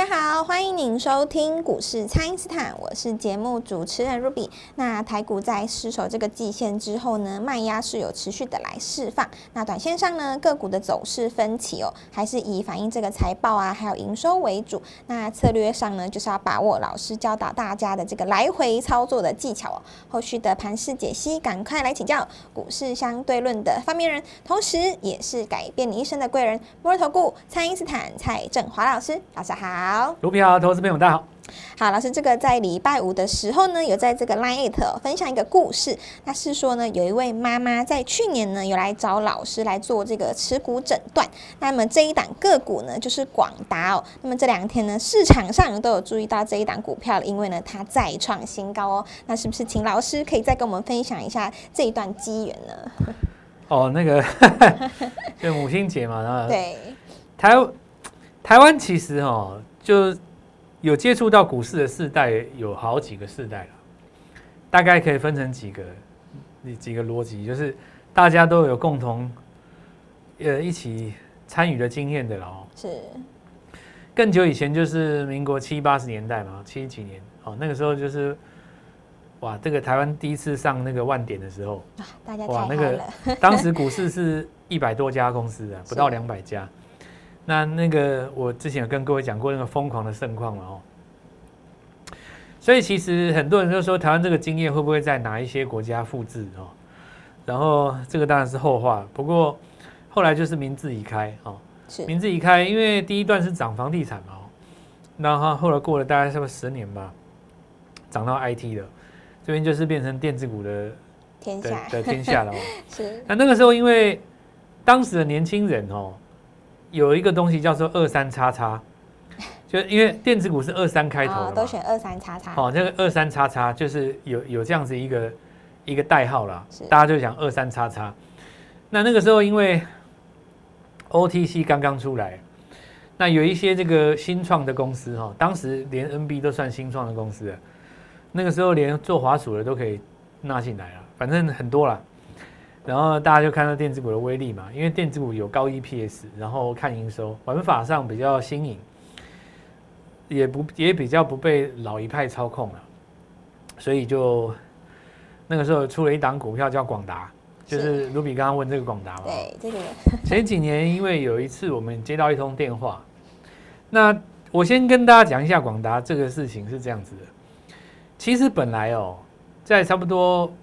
家好，欢迎您收听股市蔡因斯坦，我是节目主持人 Ruby。那台股在失守这个季线之后呢，卖压是有持续的来释放。那短线上呢，个股的走势分歧哦，还是以反映这个财报啊，还有营收为主。那策略上呢，就是要把握老师教导大家的这个来回操作的技巧哦。后续的盘势解析，赶快来请教股市相对论的发明人，同时也是改变你一生的贵人——摩尔投顾蔡因斯坦蔡正华老师。老师好。 卢平好，投资朋友大家好。 好，老师，这个在礼拜五的时候呢，有在这个 Line 分享一个故事。那是说呢，有一位妈妈在去年呢，有来找老师来做这个持股诊断。那么这一档个股呢，就是广达哦。那么这两天呢，市场上都有注意到这一档股票了，因为呢，它再创新高哦。那是不是请老师可以再跟我们分享一下这一段机缘呢？ 哦，那个就母亲节嘛， 对， 台湾其实就有接觸到股市的世代，有好幾個世代了，大概可以分成幾個邏輯，就是大家都有共同一起參與的經驗的了哦。 是。 更久以前就是民國70、80年代嘛，70幾年哦，那個時候就是哇，這個台灣第一次上那個萬點的時候， 大家太嗨了。 當時股市是100多家公司啊，不到200家。那個我之前有跟各位講過那個瘋狂的盛況了哦，所以其實很多人都說台灣這個經驗會不會在哪一些國家複製哦？然後這個當然是後話，不過後來就是名字已開哦，名字已開，因為第一段是漲房地產嘛哦，然後後來過了大概差不多10年吧，漲到 IT 的，這邊就是變成電子股的天下了哦。是。那個時候因為當時的年輕人哦。有一個東西叫做23XX，就因為電子股是23開頭的嘛， 都選23XX。 哦，那個23XX就是有這樣子一個代號啦，大家就講23XX。那個時候因為 OTC 剛剛出來，那有一些這個新創的公司哈，當時連 NB 都算新創的公司了，那個時候連做滑鼠的都可以納進來了，反正很多啦。然後大家就看到電子股的威力嘛，因為電子股有高 EPS， 然後看營收，玩法上比較新穎，也比較不被老一派操控了，所以就那個時候出了一檔股票叫廣達，就是盧比剛剛問這個廣達嘛。 對，這個前幾年因為有一次我們接到一通電話，那我先跟大家講一下廣達這個事情是這樣子的，其實本來在差不多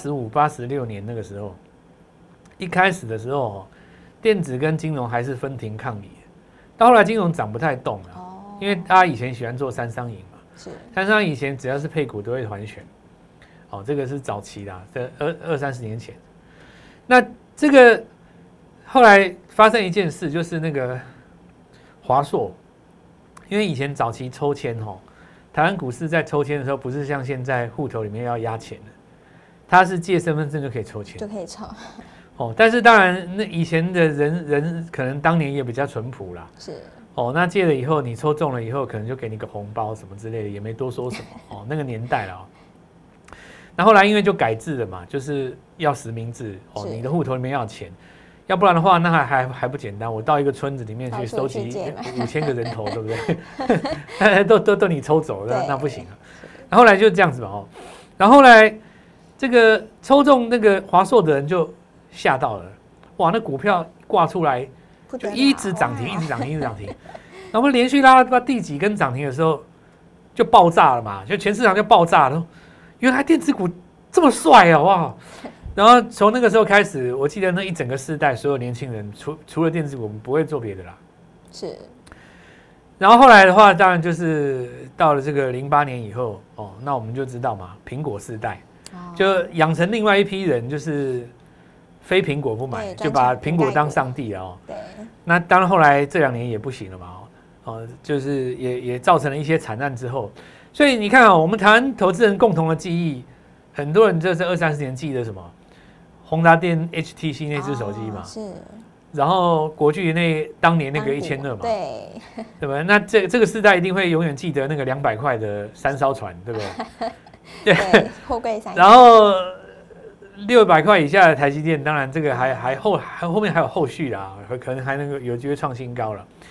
85、86年那個時候。一開始的時候，電子跟金融還是分庭抗禮，到後來金融漲不太動了，因為大家以前喜歡做三商銀嘛，三商以前只要是配股都會團選，哦，這個是早期啦，這20-30年前。那這個後來發生一件事，就是那個華碩，因為以前早期抽籤台灣股市在抽籤的時候，不是像現在戶頭裡面要壓錢的，它是借身份證就可以抽籤， 就可以抽。 哦，但是當然，那以前的人可能當年也比較淳樸啦。是。哦，那借了以後，你抽中了以後，可能就給你個紅包什麼之類的，也沒多說什麼。哦，那個年代了。那後來因為就改制了嘛，就是要實名制。哦，你的戶頭裡面要錢，要不然的話，那還不簡單。我到一個村子裡面去收集5000個人頭，對不對？都你抽走，那不行啊。然後後來就這樣子嘛。哦，然後後來這個抽中那個華碩的人就。嚇到了，哇！那股票掛出來就一直漲停，一直漲停，一直漲停。然後連續拉到第幾根漲停的時候，就爆炸了嘛，就全市場就爆炸了。原來電子股這麼帥啊，哇！然後從那個時候開始，我記得那一整個世代所有年輕人，除了電子股，我們不會做別的啦。是。然後後來的話，當然就是到了這個08年以後，哦，那我們就知道嘛，蘋果世代，就養成另外一批人，就是。非蘋果不買，就把蘋果當上帝了哦。對。那當然後來這2年也不行了嘛哦，就是也造成了一些慘案之後，所以你看啊，我們台灣投資人共同的記憶，很多人這是20-30年記得什麼？宏達電 HTC 那隻手機嘛。是。然後國巨當年那個1200嘛。對。對吧？那這個世代一定會永遠記得那個200塊的3艘船，對不對？對。貨櫃3。然後。600塊以下的台積電，當然這個還後面還有後續啦，可能還能夠有機會創新高了。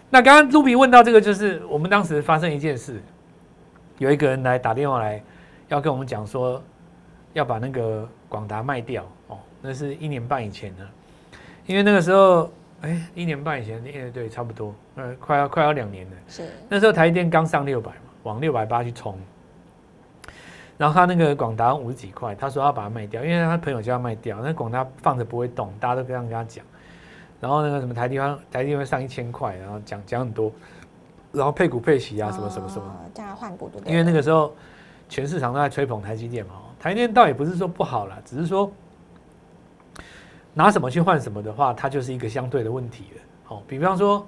那刚刚 Ruby 问到这个，就是我们当时发生一件事，有一个人来打电话来，要跟我们讲说，要把那个广达卖掉哦，那是1年半以前的，因为那个时候，1年半以前，对，差不多，快要2年了。是那时候台积电刚上600嘛，往680去冲，然后他那个广达50几块，他说要把它卖掉，因为他朋友叫他卖掉，那广达放着不会动，大家都这样跟他讲。然后那个什么台积电会上1000块，然后讲很多，然后配股配息啊，什么， 这样换股对不对？ 因为那个时候全市场都在吹捧台积电嘛，台积电倒也不是说不好啦，只是说拿什么去换什么的话，它就是一个相对的问题了。比方说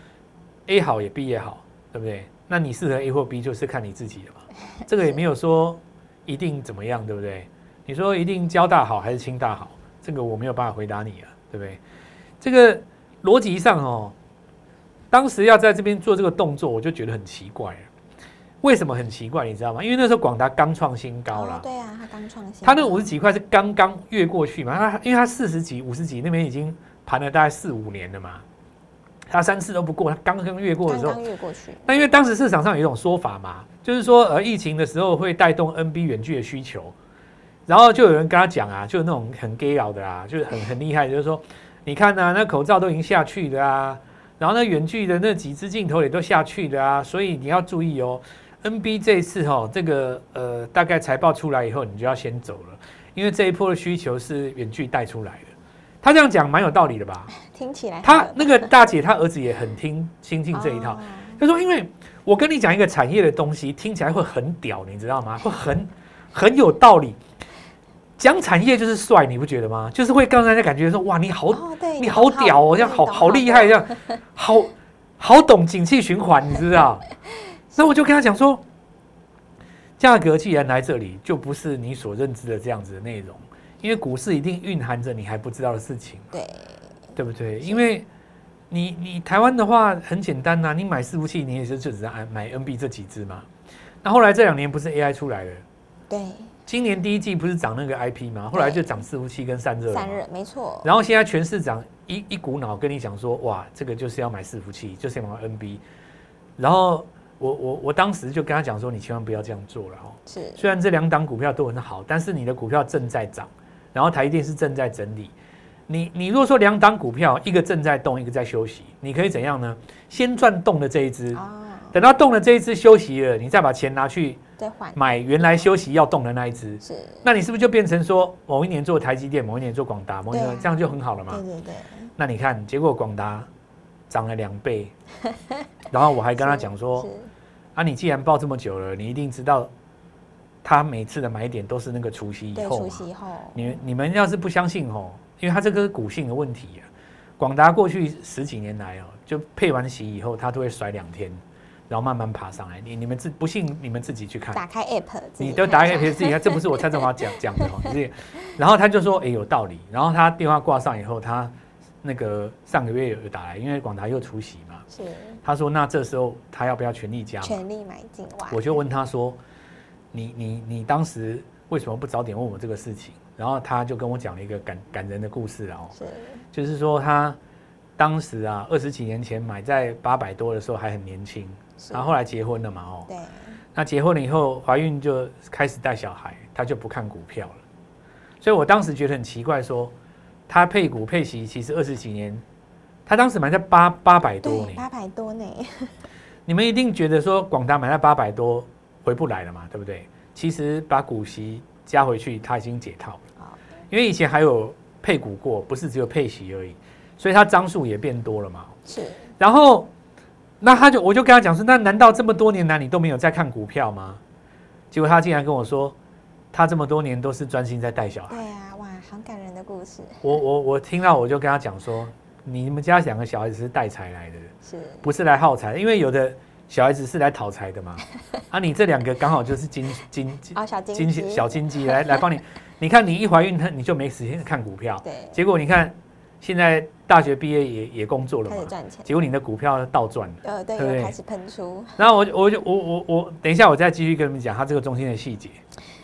A 好也 B 也好，对不对？那你适合 A 或 B 就是看你自己的嘛，这个也没有说一定怎么样，对不对？你说一定交大好还是清大好，这个我没有办法回答你啊，对不对？这个逻辑上当时要在这边做这个动作，我就觉得很奇怪了。为什么很奇怪？你知道吗？因为那时候广达刚创新高啦。 对啊，它刚创新高。 它那50几块是刚刚越过去嘛，因为它40几、50几那边已经盘了大概4、5年了嘛，它3次都不过，它刚刚越过的时候， 刚越过去。 那因为当时市场上有一种说法嘛，就是说疫情的时候会带动 NB 远距的需求，然后就有人跟他讲啊，就那种很 gay 佬的啊，就是很厉害，就是说。你看啊，那口罩都已经下去了啊，然后那远距的那几支镜头也都下去了啊，所以你要注意哦。NB 这一次这个大概财报出来以后，你就要先走了，因为这一波的需求是远距带出来的。他这样讲蛮有道理的吧？ 听起来他那个大姐她儿子也很亲近这一套，他说因为我跟你讲一个产业的东西，听起来会很屌，你知道吗？会很有道理。讲产业就是帅，你不觉得吗？就是会让人家感觉说，哇，你好，你好屌哦，这样好厉害，这样好懂景气循环，你知道？那我就跟他讲说，价格既然来这里，就不是你所认知的这样子的内容，因为股市一定蕴含着你还不知道的事情，对不对？因为你台湾的话很简单呐，你买伺服器，你也是就只是买 NB 这几只嘛。那后来这2年不是 AI 出来了？ 对。 今年第1季不是涨那个 IP 吗？后来就涨伺服器跟散热。 散热没错。 然后现在全市场一股脑跟你讲说，哇，这个就是要买伺服器，就是要买 NB。然后我当时就跟他讲说，你千万不要这样做了是。 虽然这2档股票都很好，但是你的股票正在涨，然后台积电是正在整理。你如果说2档股票，一个正在动，一个在休息，你可以怎样呢？先赚动的这一支，等到动的这一支休息了，你再把钱拿去。买原来休息要动的那一只，是，那你是不是就变成说某一年做台积电，某一年做广达，某一年这样就很好了嘛？对。那你看，结果广达涨了2倍，然后我还跟他讲说，你既然抱这么久了，你一定知道，他每次的买点都是那个除息以后嘛。除息后，你们要是不相信因为它这个是股性的问题啊。广达过去10几年来就配完息以后，它都会甩2天。然后慢慢爬上来，你们不信你们自己去看， 打开 app， 你都打开 app 自己看，这不是我蔡正华讲的然后他就说，有道理。然后他电话挂上以后，他那个上个月有打来，因为广达又除息嘛，是。他说那这时候他要不要全力加码？ 全力买进哇！ 我就问他说，你当时为什么不早点问我这个事情？然后他就跟我讲了一个感人的故事就是说他当时20几年前买在800多的时候还很年轻。然后后来结婚了嘛对，那结婚了以后怀孕就开始带小孩，他就不看股票了。所以我当时觉得很奇怪，说他配股配息，其实20几年，他当时买在800多呢，800 多呢。 你们一定觉得说广达买在800多回不来了嘛，对不对？其实把股息加回去，他已经解套了，因为以前还有配股过，不是只有配息而已，所以他张数也变多了嘛。是，然后。那我就跟他讲说，那难道这么多年来你都没有在看股票吗？结果他竟然跟我说，他这么多年都是专心在带小孩。 对啊，哇，好感人的故事。 我听到我就跟他讲说，你们家2个小孩子是带财来的，不是来耗财的？因为有的小孩子是来讨财的嘛。你这2个刚好就是小金鸡来帮你。你看你一怀孕，你就没时间看股票。对。结果你看。现在大学毕业也工作了嘛，开始赚钱，结果你的股票倒赚了， 对不对？开始喷出。 然后我等一下我再继续跟你们讲他这个中心的细节。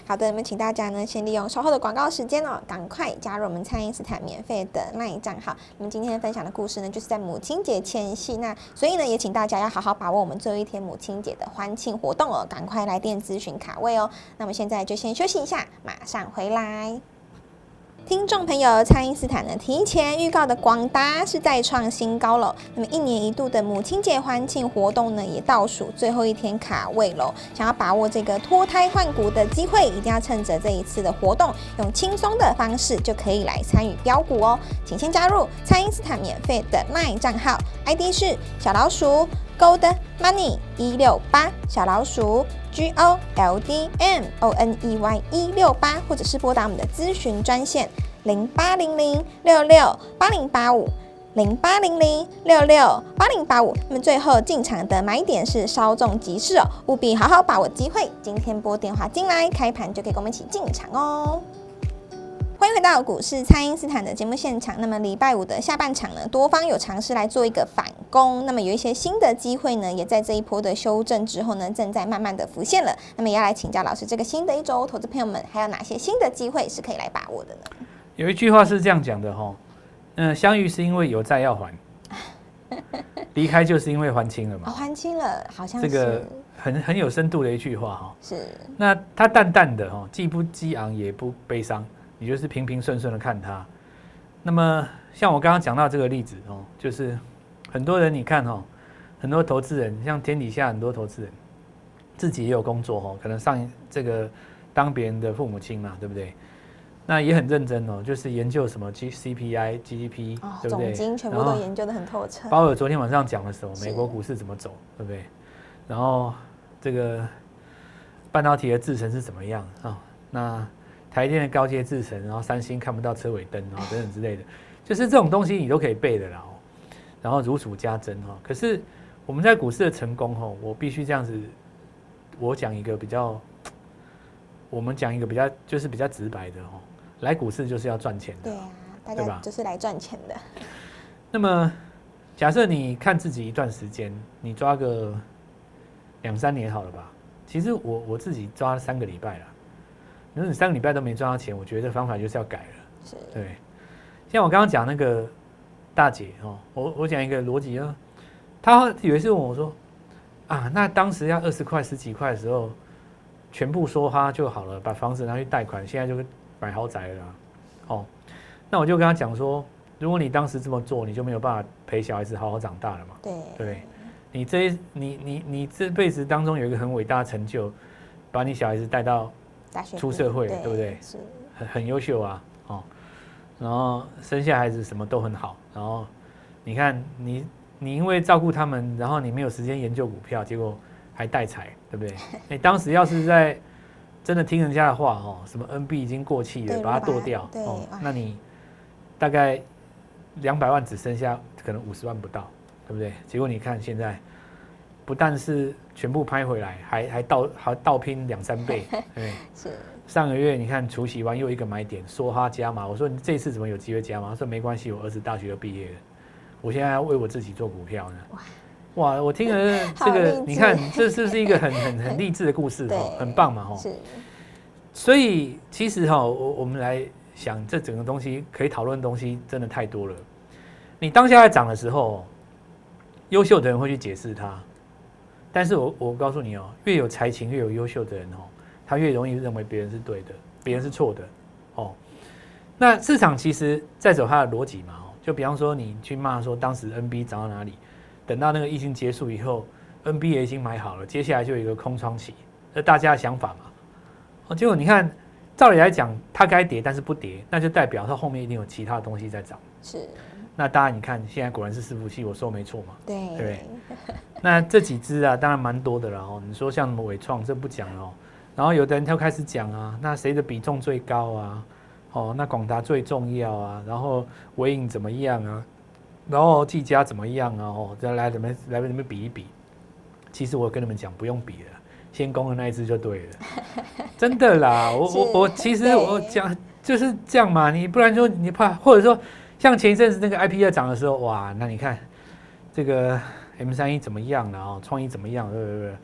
好的，那么请大家呢先利用稍后的广告时间赶快加入我们蔡因斯坦免费的 LINE 账号。那么今天分享的故事呢，就是在母亲节前夕，那所以呢也请大家要好好把握我们最后一天母亲节的欢庆活动赶快来电咨询卡位那么现在就先休息一下，马上回来。听众朋友，蔡因斯坦呢提前预告的广达是再创新高了。那么1年1度的母亲节欢庆活动呢，也倒数最后一天卡位了。想要把握这个脱胎换骨的机会，一定要趁着这一次的活动，用轻松的方式就可以来参与标股请先加入蔡因斯坦免费的 LINE 账号 ，ID 是小老鼠 Gold Money 168，小老鼠GOLDMONEY 168，或者是拨打我们的咨询专线0800668085。0800668085。那么最后进场的买点是稍纵即逝务必好好把握机会。今天拨电话进来，开盘就可以跟我们一起进场欢迎回到股市蔡因斯坦的节目现场。那么礼拜五的下半场呢，多方有尝试来做一个反攻，那么有一些新的机会呢，也在这一波的修正之后呢，正在慢慢的浮现了。那么也要来请教老师，这个新的一周，投资朋友们还有哪些新的机会是可以来把握的呢？ 有一句话是这样讲的相遇是因为有债要还，离开就是因为还清了嘛。 还清了，好像是这个很有深度的一句话是。 那它淡淡的既不激昂也不悲伤。你就是平平顺顺的看它。那么像我刚刚讲到这个例子就是很多人你看很多投资人，像天底下很多投资人自己也有工作可能上这个当别人的父母亲嘛，对不对？那也很认真就是研究什么 CPI、GDP， 对不对？ 总经全部都研究得很透彻。 鲍尔昨天晚上讲的时候，美国股市怎么走，对不对？然后这个半导体的制程是怎么样那台电的高阶制程，然后三星看不到车尾灯等等之类的，就是这种东西你都可以背的啦然后如数家珍可是我们在股市的成功我必须这样子，我讲一个比较就是比较直白的来股市就是要赚钱的。 对啊，大家就是来赚钱的。 那么假设你看自己一段时间，你抓个2-3年好了吧？其实我自己抓3个礼拜啦。如果你3个礼拜都没赚到钱，我觉得方法就是要改了。 是， 对。像我刚刚讲那个大姐我讲一个逻辑她有一次问我说那当时要20块10几块的时候，全部梭哈就好了，把房子拿去贷款，现在就买豪宅了啦那我就跟她讲说，如果你当时这么做，你就没有办法陪小孩子好好长大了嘛。对，你这辈子当中有一个很伟大的成就，把你小孩子带到出社会，对不对？ 是很优秀然后生下孩子什么都很好，然后你看你因为照顾他们，然后你没有时间研究股票，结果还带财，对不对？你当时要是在真的听人家的话什么 NB 已经过气了，把它剁掉那你大概200万只剩下可能50万不到，对不对？结果你看现在不但是全部拍回来，还倒拼2-3倍，对。 是。 上个月你看除息完又一个买点，梭哈加码。我说你这次怎么有机会加码？他说没关系，我儿子大学就毕业了，我现在要为我自己做股票呢。哇，我听了这个，你看这是不是一个很励志的故事？很棒嘛是。 所以其实我们来想，这整个东西可以讨论的东西真的太多了。你当下在涨的时候，优秀的人会去解释它，但是我告诉你越有才情越有优秀的人他越容易认为别人是对的，别人是错的那市场其实在走它的逻辑嘛就比方说你去骂说当时 NB 涨到哪里，等到那个疫情结束以后 ，NB 也已经买好了，接下来就有一个空窗期，这大家的想法嘛结果你看，照理来讲它该跌，但是不跌，那就代表它后面一定有其他的东西在涨。 是。 那当然你看现在果然是伺服器，我说没错嘛。 对。 对。那这几只当然蛮多的了你说像什么伟创，这不讲了然后有的人他开始讲那谁的比重最高那广达最重要然后微影怎么样然后技嘉怎么样再来你们比一比。其实我跟你们讲，不用比了，先攻的那一只就对了，真的啦。我其实我讲就是这样嘛，你不然说你怕，或者说像前一阵子那个 IP 涨的时候，哇，那你看这个 M31怎么样了创意怎么样，对不对？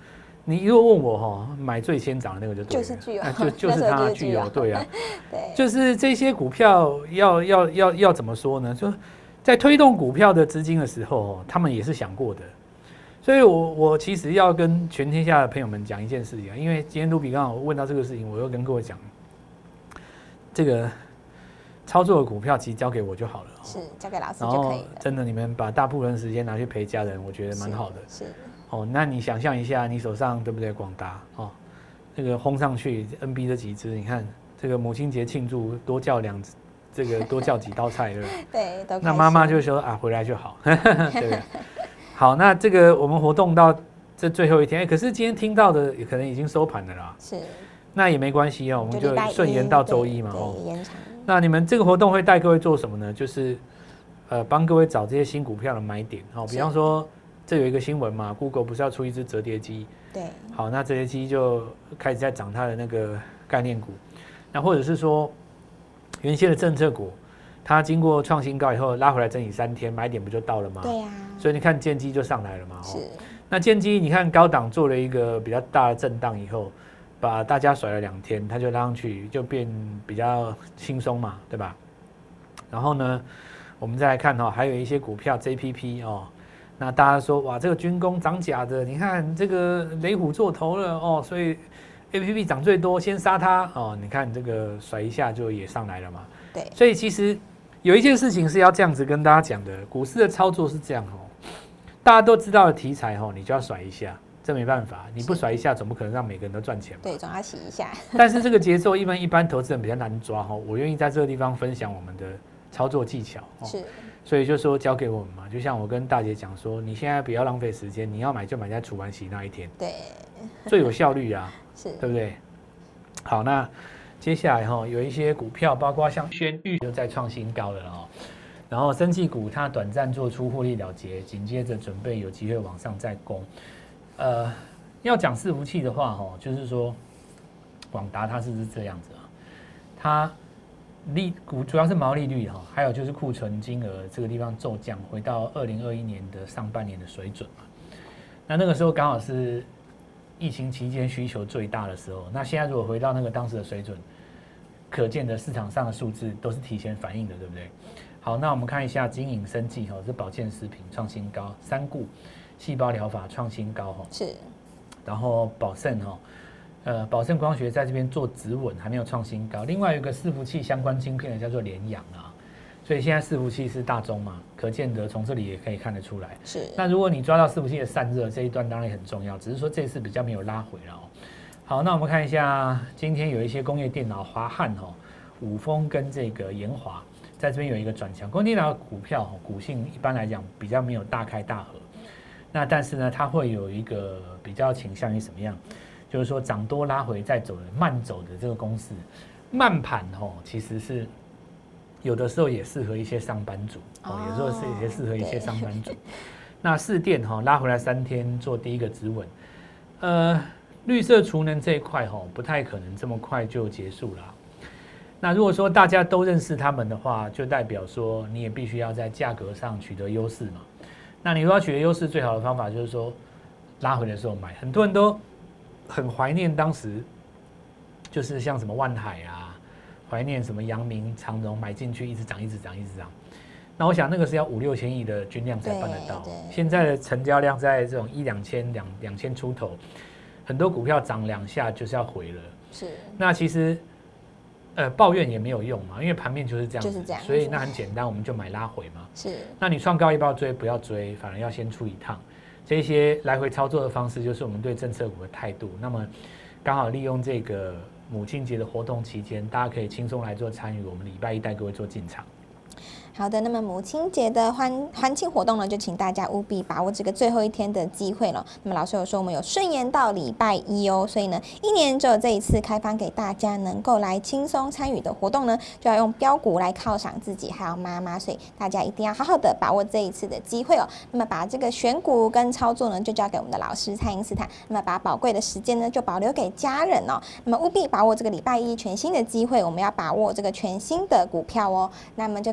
你如果问我买最先涨的那个就对了， 就是具有， 就是它具有，对啊， 对， 就是这些股票要怎么说呢？就在推动股票的资金的时候，他们也是想过的。所以我其实要跟全天下的朋友们讲一件事情，因为今天卢比刚好问到这个事情，我又跟各位讲，这个操作的股票其实交给我就好了， 是交给老师就可以了。 真的，你们把大部分时间拿去陪家人，我觉得蛮好的。 是那你想象一下，你手上对不对？广达这个轰上去 ，NB 这几只，你看这个母亲节庆祝多叫多叫几道菜，对不对？对， 那妈妈就说回来就好，对不对？好，那这个我们活动到这最后一天，可是今天听到的可能已经收盘了啦。 是， 那也没关系我们就顺延到周一嘛。 延长。 那你们这个活动会带各位做什么呢？就是帮各位找这些新股票的买点。比方说这有一个新闻嘛 ，Google 不是要出一只折叠机？ 对。 好，那折叠机就开始在涨它的那个概念股。那或者是说原先的政策股。它经过创新高以后拉回来整理3天，买点不就到了吗？ 对呀。 所以你看建基就上来了嘛。 是。 那建基你看高档做了一个比较大的震荡以后，把大家甩了2天，它就拉上去，就变比较轻松嘛，对吧？然后呢，我们再来看还有一些股票 JPP 那大家说哇，这个军工涨假的，你看这个雷虎做头了所以 APP 涨最多，先杀它你看这个甩一下就也上来了嘛。 对。 所以其实。有一件事情是要这样子跟大家讲的，股市的操作是这样大家都知道的题材你就要甩一下，这没办法，你不甩一下总不可能让每个人都赚钱嘛。 对，总要洗一下。 但是这个节奏一般投资人比较难抓我愿意在这个地方分享我们的操作技巧是， 所以就说交给我们嘛，就像我跟大姐讲说，你现在不要浪费时间，你要买就买在除完息那一天， 对， 最有效率啊， 是， 对不对？好，那。接下来有一些股票，包括像轩裕就再创新高了然后生技股它短暂做出获利了结，紧接着准备有机会往上再攻。要讲伺服器的话就是说广达它是这样子它股主要是毛利率还有就是库存金额这个地方骤降，回到2021年的上半年的水准嘛。那个时候刚好是。疫情期间需求最大的时候，那现在如果回到那个当时的水准，可见的市场上的数字都是提前反映的，对不对？好，那我们看一下精隐生技是保健食品创新高，三顾细胞疗法创新高是， 然后宝盛宝盛光学在这边做止稳还没有创新高，另外有一个伺服器相关晶片的叫做联阳所以现在伺服器是大宗嘛，可见得从这里也可以看得出来。 是。 那如果你抓到伺服器的散热这一段，当然也很重要，只是说这次比较没有拉回了好，那我们看一下今天有一些工业电脑，华汉五丰跟这个研华在这边有一个转强。工业电脑股票股性一般来讲比较没有大开大合，那但是呢，它会有一个比较倾向于什么样？就是说涨多拉回再走的慢走的这个公式，慢盘其实是。有的时候也适合一些上班族有时候也适合一些上班族。那市电拉回来3天做第一个止稳，绿色储能这一块不太可能这么快就结束了。那如果说大家都认识他们的话，就代表说你也必须要在价格上取得优势嘛。那你如果要取得优势，最好的方法就是说拉回的时候买。很多人都很怀念当时，就是像什么万海怀念什么阳明、长荣买进去一直涨。那我想那个是要5-6千亿的均量才办得到。现在的成交量在这种1-2千、2000出头，很多股票涨2下就是要回了。 是。 那其实抱怨也没有用嘛，因为盘面就是这样子。 就是这样。 所以那很简单，我们就买拉回嘛。 是。 那你创高一报追，不要追，反而要先出一趟。这些来回操作的方式，就是我们对政策股的态度。那么刚好利用这个。母亲节的活动期间，大家可以轻松来做参与。我们礼拜一带各位做进场。 好的，那么母亲节的欢庆活动呢，就请大家务必把握这个最后一天的机会了。那么老师有说我们有顺延到礼拜一所以呢，一年只有这一次开放给大家能够来轻松参与的活动呢，就要用标股来犒赏自己还有妈妈，所以大家一定要好好的把握这一次的机会那么把这个选股跟操作呢，就交给我们的老师蔡因斯坦。那么把宝贵的时间呢，就保留给家人那么务必把握这个礼拜一全新的机会，我们要把握这个全新的股票那么就可以透过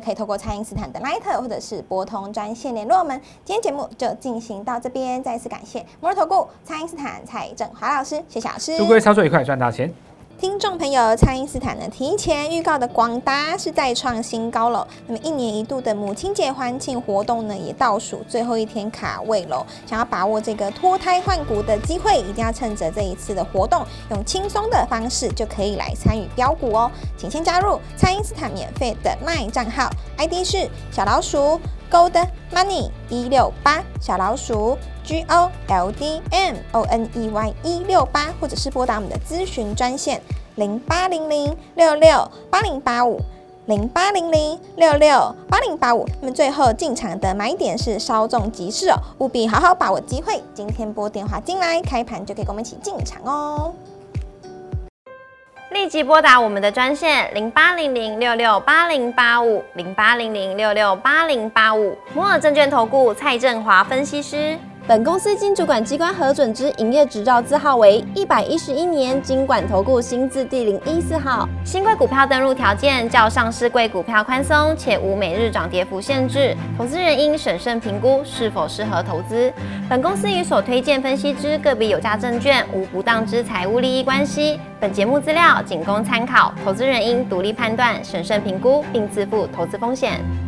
蔡因斯坦的 LINE 或者是拨通专线联络我们。今天节目就进行到这边，再次感谢摩尔投顾蔡因斯坦蔡正华老师，谢谢老师。 祝各位操作愉快，赚大钱。 听众朋友，蔡因斯坦呢提前预告的广达是再创新高了。那么1年1度的母亲节欢庆活动呢，也倒数最后一天卡位了。想要把握这个脱胎换骨的机会，一定要趁着这一次的活动，用轻松的方式就可以来参与标股哦。请先加入蔡因斯坦免费的 LINE 账号 ，ID 是小老鼠 Gold Money 168，小老鼠GOLDMONEY168，或者是拨打我们的咨询专线0800668085，0800668085。那么最后进场的买点是稍纵即逝哦，务必好好把握机会。今天拨电话进来，开盘就可以跟我们一起进场哦。 立即拨打我们的专线0800668085，0800668085。摩尔证券投顾蔡正华分析师。本公司经主管机关核准之营业执照字号为111年金管投顾新字第014号。新贵股票登录条件较上市贵股票宽松，且无每日涨跌幅限制。投资人应审慎评估是否适合投资。本公司与所推荐分析之个别有价证券无不当之财务利益关系。本节目资料仅供参考，投资人应独立判断、审慎评估，并自负投资风险。